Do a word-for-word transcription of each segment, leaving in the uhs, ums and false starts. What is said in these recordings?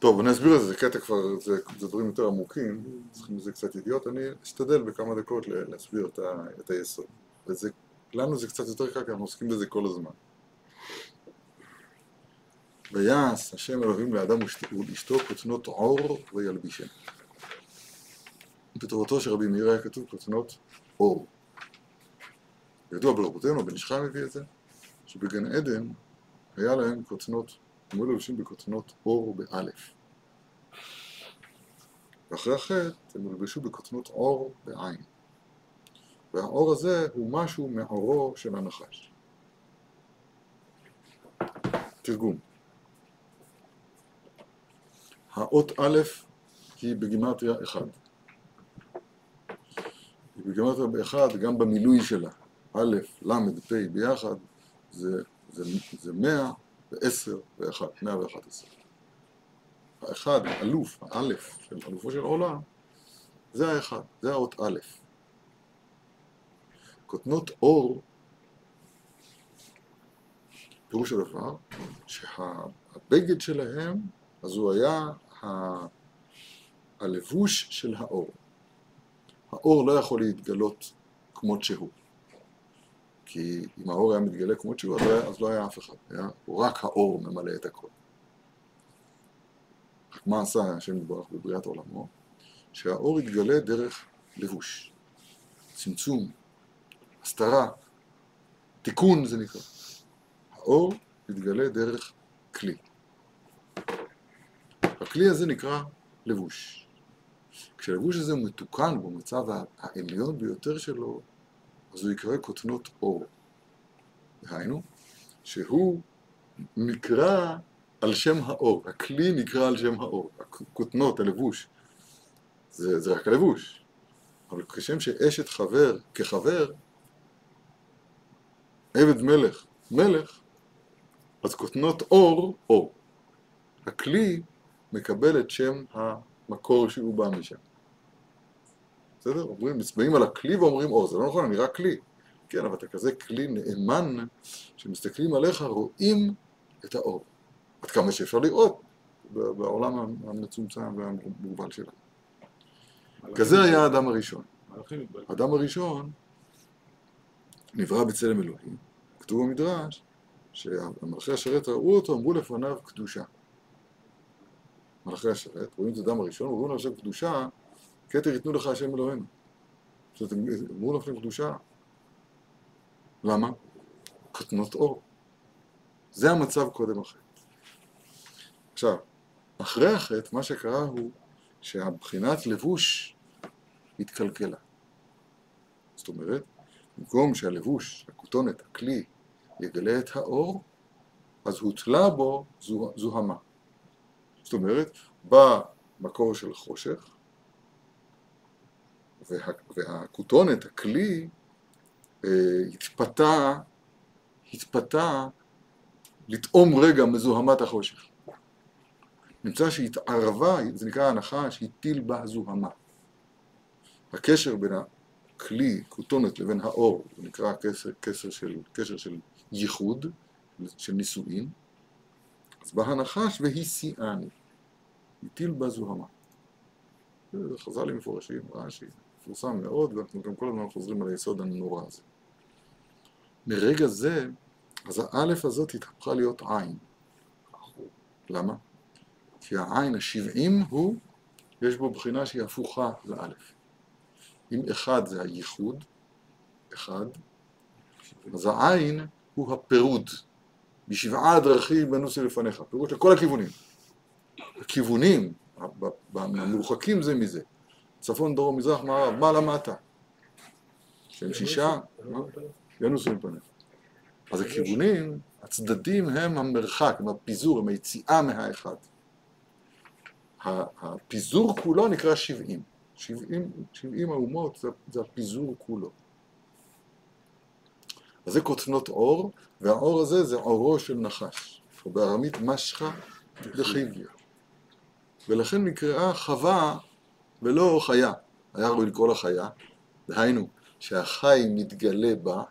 טוב, אני אסביר את זה, זה קטע כבר, זה, זה דברים יותר עמוקים, צריכים לזה קצת ידיעות, אני אשתדל בכמה דקות להסביר את, ה, את היסוד. וזה, לנו זה קצת יותר קל, כי אנחנו עוסקים בזה כל הזמן. ויעש השם אלוהים לאדם ולאשתו כותנות עור וילבישם. בתורתו של רבי מאיר היה כתוב כותנות עור. ידוע ברבותינו, בן איש חי מביא את זה, שבגן עדן היה להם כותנות, הם היו לובשים בכותנות עור באלף. ואחרי החטא הם הלבשו בכותנות עור בעין. והעור הזה הוא משהו מעורו של הנחש. תרגום. האות א' היא בגימטריה אחד. היא בגימטריה באחד גם במילוי שלה. א', ל', פ' ביחד זה, זה, זה מאה ועשר ואחד, מאה ואחת עשרה. האחד, האלוף, האלף, של אלופו של עולם, זה האחד, זה האות א'. כותנות אור, פירוש הדבר, שהבגד שלהם, אז הוא היה ה... הלבוש של האור. האור לא יכול להתגלות כמות שהוא. כי אם האור היה מתגלה כמות שהוא, אז לא היה, אז לא היה אף אחד. היה, הוא רק האור ממלא את הכל. מה עשה השם יתברך בבריאת עולמו? שהאור יתגלה דרך לבוש. צמצום, הסתרה, תיקון זה נקרא. האור יתגלה דרך כלי. הכלי הזה נקרא לבוש. כשהלבוש הזה מתוקן במצב העליון ביותר שלו, אז הוא יקרא כותנות אור. דהיינו, שהוא נקרא על שם האור. הכלי נקרא על שם האור. הכותנות, הלבוש, זה, זה רק הלבוש. אבל כשם שאשת חבר כחבר, עבד מלך, מלך, אז כותנות אור, אור. הכלי מקבל את שם המקור שהוא בא משם. בסדר? אומרים, מצבעים על הכלי ואומרים אור. זה לא נכון, אני רק כלי. כן, אבל אתה כזה כלי נאמן, שמסתכלים עליך, רואים את האור. עד כמה שאפשר לראות בעולם המצומצם והמוגבל שלנו. כזה היה האדם הראשון. האדם הראשון נברא בצלם אלוהים. כתוב במדרש שהמלאכי השרת ראו אותו, אמרו לפניו קדושה. מלאכי השרת, רואים את האדם הראשון, אמרו לו עכשיו קדושה, כתר ייתנו לך השם אלוהינו. שאתם אמרו לכם קדושה. למה? כותנות אור. זה המצב קודם החטא. עכשיו, אחרי החטא, מה שקרה הוא שהבחינת לבוש התקלקלה. זאת אומרת, במקום שהלבוש, הכותונת, הכלי, יגלה את האור, אז הוטלה בו זוהמה. זאת אומרת, בא מקור של חושך, וה, והכותונת, הכלי, התפתה, התפתה לטעום רגע מזוהמת החושך. נמצא שהתערבה, זה נקרא הנחה, שהטיל בה זוהמה. הקשר בין הכלי, כותונת, לבין האור, זה נקרא קשר, קשר, של, קשר של ייחוד, של נישואין. אז בא הנחש והיא שיאני, הטיל בה זוהמה. זה חז"לים מפורשים, רש"י, מפורסם מאוד, ואנחנו גם כל הזמן חוזרים על היסוד הנורא הזה. מרגע זה, אז האלף הזאת התהפכה להיות עין. למה? כי העין השבעים הוא, יש בו בחינה שהיא הפוכה לאלף. אם אחד זה הייחוד, אחד, אז העין הוא הפירוד. בשבעה הדרכים בנוסי לפניך, פירוד לכל הכיוונים. הכיוונים, המרוחקים זה מזה. צפון, דרום, מזרח, מערב, מה למטה? שהם שישה, ינוסו לפניך. אז הכיוונים, הצדדים הם המרחק, הם הפיזור, הם היציאה מהאחד. הפיזור כולו נקרא שבעים. שבעים, שבעים האומות זה, זה הפיזור כולו. אז זה כותנות אור, והאור הזה זה אורו של נחש. או בארמית משחה דחיביה. ולכן נקראה חווה ולא חיה. היה ראוי לקרוא לה חיה. דהיינו, שהחי מתגלה בה,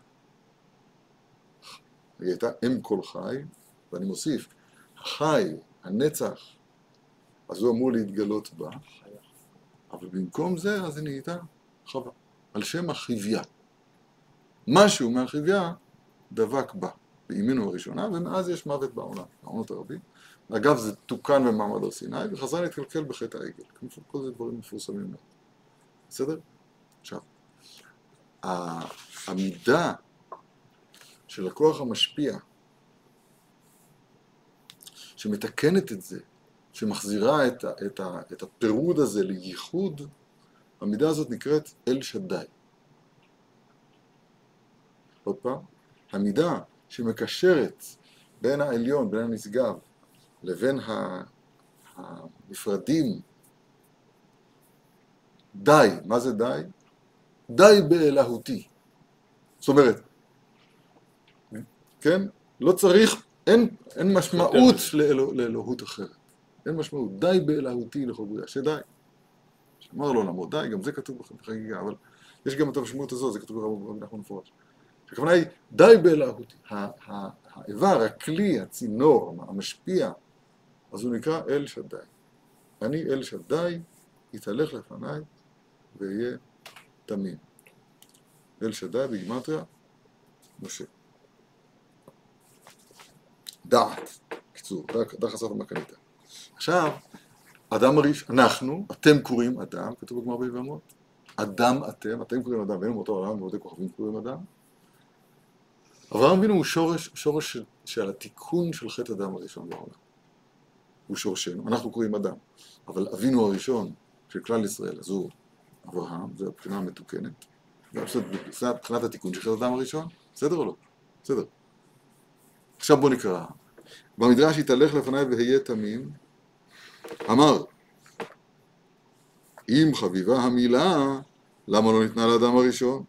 היא הייתה אם כל חי, ואני מוסיף, החי, הנצח, אז הוא אמור להתגלות בה, אבל במקום זה, אז היא נהייתה חווה, על שם החיוויה. משהו מהחיוויה דבק בה, בימינו הראשונה, ומאז יש מוות בעונה, בעונות הרבים. אגב, זה תוקן במעמד הר סיני, וחזרה להתקלקל בחטא העגל. כמו כל זה דברים מפורסמים מאוד. בסדר? עכשיו, העמידה של הכוח המשפיע, שמתקנת את זה, שמחזירה את, ה, את, ה, את הפירוד הזה לייחוד, העמידה הזאת נקראת אל שדי. עוד פעם, העמידה שמקשרת בין העליון, בין הנשגב, לבין הנפרדים, די. מה זה די? די באלהותי. זאת אומרת, כן? לא צריך, אין, אין משמעות לאלוה, לאלוהות אחרת. אין משמעות. די באלהותי לכל בריאה, שדי. שאמר לו לעמוד די, גם זה כתוב בחגיגה, אבל יש גם את המשמעות הזאת, זה כתוב ברבי נחמן מפורש. הכוונה היא, די באלהותי. האיבר, הכלי, הצינור, המשפיע, אז הוא נקרא אל שדי. אני אל שדי, יתהלך לפניי ויהיה תמים. אל שדי בגימטריה, משה. דעת, קיצור, דעת חסרת המקניתה. עכשיו, אדם הראשון, אנחנו, אתם קוראים אדם, כתוב בגמרא ביבמות, אדם אתם, אתם קוראים אדם, ואין מאותו עולם, ועוד כוכבים קוראים אדם. אברהם אבינו הוא שורש, שורש של, של התיקון של חטא אדם הראשון בעולם. הוא שורשנו, אנחנו קוראים אדם, אבל אבינו הראשון של כלל ישראל, אז הוא אברהם, זו הבחינה המתוקנת, זה מבחינת התיקון של חטא אדם הראשון, בסדר או לא? בסדר. עכשיו בוא נקרא. במדרש יתהלך לפניי והיה תמים, אמר, אם חביבה המילה, למה לא ניתנה לאדם הראשון?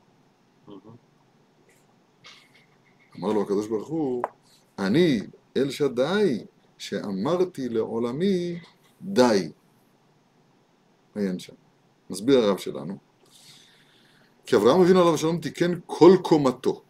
אמר לו הקדוש ברוך הוא, אני אל שדי, שאמרתי לעולמי די. עיין שם. מסביר הרב שלנו. כי אברהם אבינו עליו השלום תיקן כל קומתו.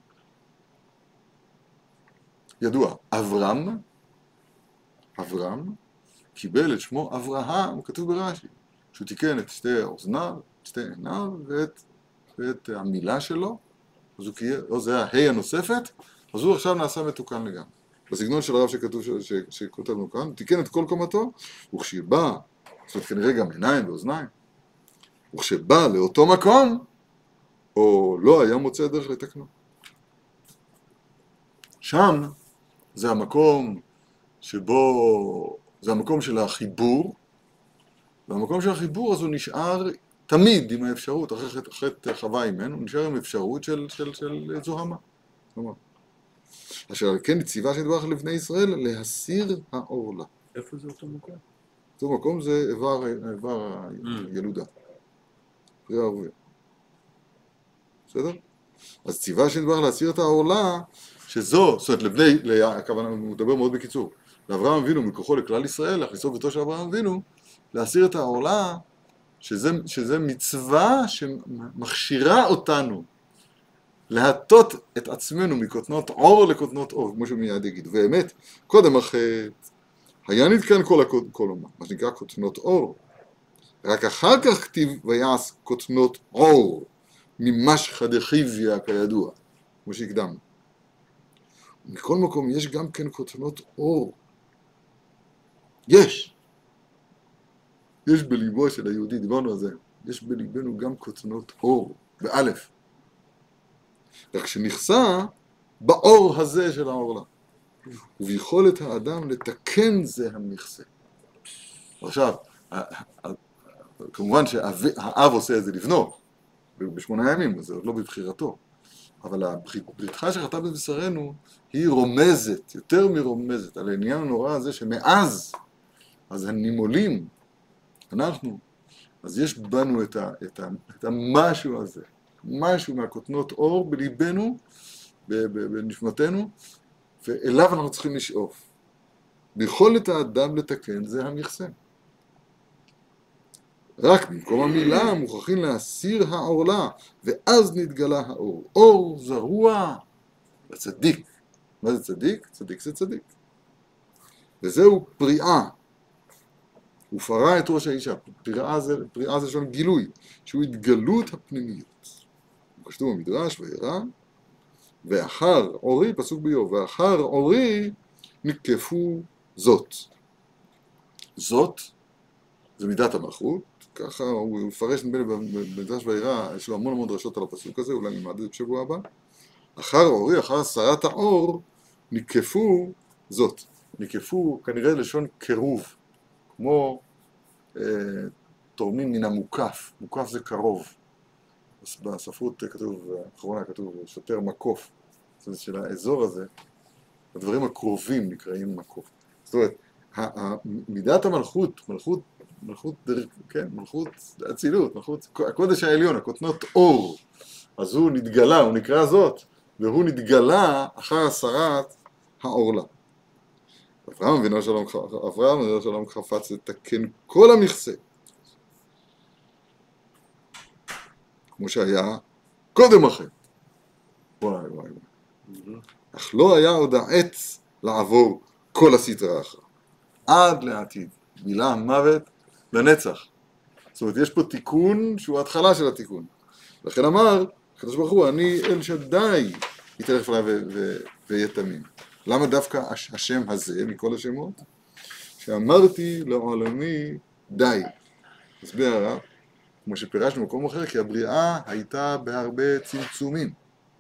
ידוע, אברהם, אברהם, קיבל את שמו אברהם, הוא כתוב ברש"י, שהוא תיקן את שתי האוזניו, את שתי עיניו, ואת, ואת המילה שלו, אז הוא קיים, או זה ההי הנוספת, אז הוא עכשיו נעשה מתוקן לגמרי. בסגנון של הרב שכתוב, ש, ש, שכותב לנו כאן, הוא תיקן את כל קומתו, וכשבא, זאת אומרת כנראה גם עיניים ואוזניים, וכשבא לאותו מקום, או לא היה מוצא דרך לתקנו. שם זה המקום שבו, זה המקום של החיבור, והמקום של החיבור אז הוא נשאר תמיד עם האפשרות, אחרי חטא חווה אימנו, הוא נשאר עם אפשרות של, של, של זוהמה. כלומר, אשר על כן ציווה שנדבך לבני ישראל להסיר העורלה. איפה זה אותו מקום? אותו מקום זה איבר, איבר הילודה. פרי הערבויה. בסדר? אז ציווה שנדבך להסיר את העורלה, שזו, זאת אומרת, לבני, הכוונה, הוא מדבר מאוד בקיצור, לאברהם אבינו, מכוחו לכלל ישראל, להכניסו ביתו של אברהם אבינו, להסיר את העורלה, שזה, שזה מצווה שמכשירה אותנו להטות את עצמנו מקוטנות עור לקוטנות עור, כמו שמיד יגיד. באמת, קודם החטא, היה נתקן כל הקולומה, מה שנקרא קוטנות עור. רק אחר כך כתיב ויעש קוטנות עור, ממשחא דחיוויה כידוע, כמו שהקדמנו. מכל מקום יש גם כן קוטנות עור. יש. יש בליבו של היהודי, דיברנו על זה, יש בליבנו גם קוטנות עור, באלף. רק שנכסה באור הזה של העורלה. וביכולת האדם לתקן זה המכסה. עכשיו, כמובן שהאב עושה את זה לבנו, בשמונה ימים, זה לא בבחירתו. אבל הבריתך שחטא בבשרנו היא רומזת, יותר מרומזת, על העניין הנורא הזה שמאז, אז הנימולים, אנחנו, אז יש בנו את, ה, את, ה, את המשהו הזה, משהו מהקוטנות אור בליבנו, בנשמתנו, ואליו אנחנו צריכים לשאוף. ביכולת האדם לתקן זה המכסה. רק במקום המילה מוכרחים להסיר העורלה, ואז נתגלה האור. אור זרוע לצדיק. מה זה צדיק? צדיק זה צדיק. וזהו פריאה. הוא פרע את ראש האישה. פריעה זה, פריעה זה שם גילוי, שהוא התגלות הפנימיות. כתוב במדרש, וירא, ואחר אורי, פסוק ביוב, ואחר אורי נקפו זאת. זאת, זה מידת המלכות, ככה הוא מפרש במדרש וירא, יש לו המון המון דרשות על הפסוק הזה, אולי נלמד את זה בשבוע הבא. אחר אורי, אחר שרת האור, נקפו זאת. נקפו כנראה לשון קירוב, כמו אה, תורמים מן המוקף, מוקף זה קרוב. בספרות כתוב, האחרונה כתוב, שוטר מקוף, זאת אומרת של האזור הזה, הדברים הקרובים נקראים מקוף. זאת אומרת, מידת המלכות, מלכות, מלכות, כן, מלכות אצילות, מלכות, הקודש העליון, הכותנות אור, אז הוא נתגלה, הוא נקרא זאת, והוא נתגלה אחר הסרת העורלה. אברהם אבינו שלום, אברהם אבינו שלום חפץ לתקן כל המכסה, כמו שהיה קודם החטא. וואי וואי וואי. אך לא היה עוד העץ לעבור כל הסתרה אחר. עד לעתיד. מילה מוות לנצח. זאת אומרת, יש פה תיקון שהוא ההתחלה של התיקון. לכן אמר, הקדוש ברוך הוא, אני אל שדי יתהלך לפניי ויתמים. למה דווקא השם הזה, מכל השמות? שאמרתי לעולמי די. הסביר הרב, כמו שפירשנו במקום אחר, כי הבריאה הייתה בהרבה צמצומים.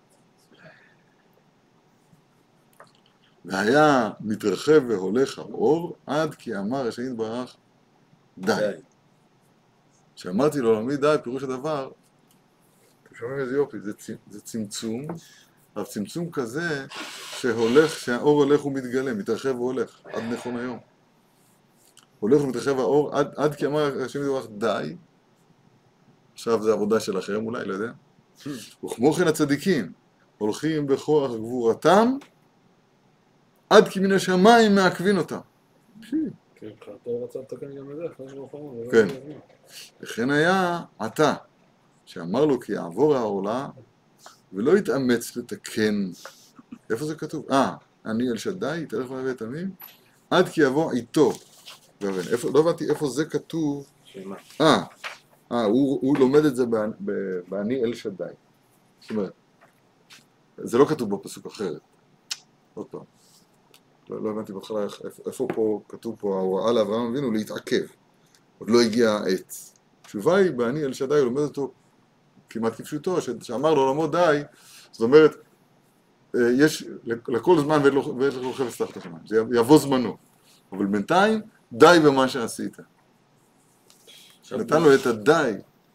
והיה מתרחב והולך האור, עד כי אמר השם יתברך די. כשאמרתי לעולמי די, פירוש הדבר, אתם שומעים איזה יופי, זה, זה צמצום, אבל צמצום כזה שהולך, שהאור הולך ומתגלה, מתרחב והולך, עד נכון היום. הולך ומתרחב האור, עד, עד כי אמר השם יתברך די, עכשיו זה עבודה שלכם, אולי, לא יודע. וכמו כן הצדיקים, הולכים בכוח גבורתם, עד כי מן השמיים מעכבין אותם. כן, חרטו רצה לתקן גם את זה, אחרי שמאוחרון. כן. לכן היה עתה, שאמר לו כי יעבור העורלה, ולא יתאמץ לתקן. איפה זה כתוב? אה, אני אל שדי, יתהלך לפניי ויתמים, עד כי יבוא איתו. לא הבנתי איפה זה כתוב. אה, אה, הוא, הוא לומד את זה באני אל שדי. זאת אומרת, זה לא כתוב בפסוק אחרת. עוד פעם. לא, לא הבנתי בהתחלה איפה פה כתוב פה ההוראה לאברהם אבינו להתעכב. עוד לא הגיע העץ. תשובה היא, באני אל שדי, הוא לומד אותו כמעט כפשוטו, שאמר לו לעמוד די, זאת אומרת, יש לכל זמן ואת לכל חפץ תחת השמיים. זה יבוא זמנו. אבל בינתיים, די במה שעשית. נתן לו את הדי.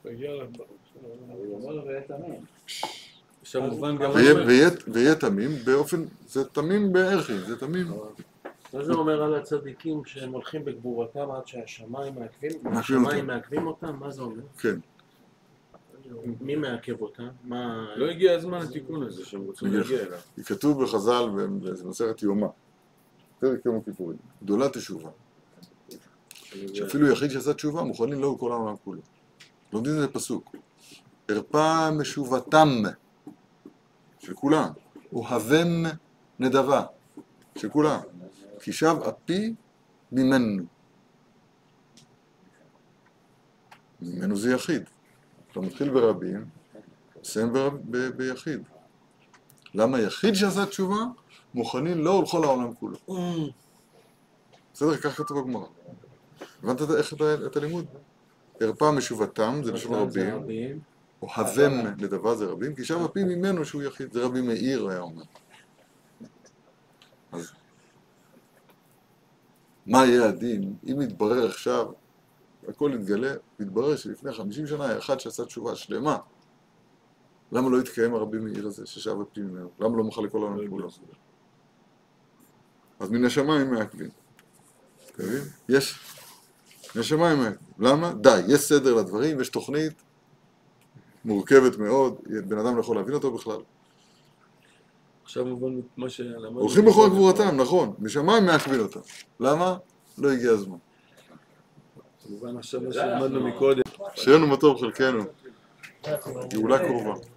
ויהיה תמים באופן, זה תמים בערכי, זה תמים. מה זה אומר על הצדיקים שהם הולכים בגבורתם עד שהשמיים מעכבים? השמיים מעכבים אותם? מה זה אומר? כן. מי מעכב אותם? לא הגיע הזמן התיקון הזה שהם רוצים להגיע אליו. היא כתוב בחז"ל במסכת יומא, פרק יום הכיפורים, גדולת תשובה. שאפילו יחיד שעשה תשובה מוכנים לו כל העולם כולו. לומדים את זה פסוק. הרפא משובתם של כולם, אוהבם נדבה של כולם, כי שב אפי ממנו. ממנו זה יחיד. אתה מתחיל ברבים, מסיים ביחיד. למה יחיד שעשה תשובה מוכנים לו ולכל העולם כולו. בסדר, כך כתוב בגמרא. הבנת איך את הלימוד? הרפא משובתם, זה לשון רבים, אוהבם נדבה זה רבים, כי שב אפי ממנו שהוא יחיד, זה רבי מאיר היה אומר. אז מה יהיה הדין? אם יתברר עכשיו, הכל יתגלה, יתברר שלפני חמישים שנה היה אחד שעשה תשובה שלמה. למה לא יתקיים הרבי מאיר הזה ששב אפי ממנו? למה לא מוכן לכל העולם כולו? אז מן השמיים מעכבים. אתה מבין? יש, מן השמיים מעכבים. למה? די, יש סדר לדברים, יש תוכנית מורכבת מאוד, בן אדם לא יכול להבין אותו בכלל. עכשיו מובן מה שלמדנו. הולכים בכל גבורתם, נכון, משמיים מעכבים אותם. למה? לא הגיע הזמן. מובן עכשיו מה שלמדנו מקודם. שיהיה לנו מה טוב חלקנו. גאולה קרובה.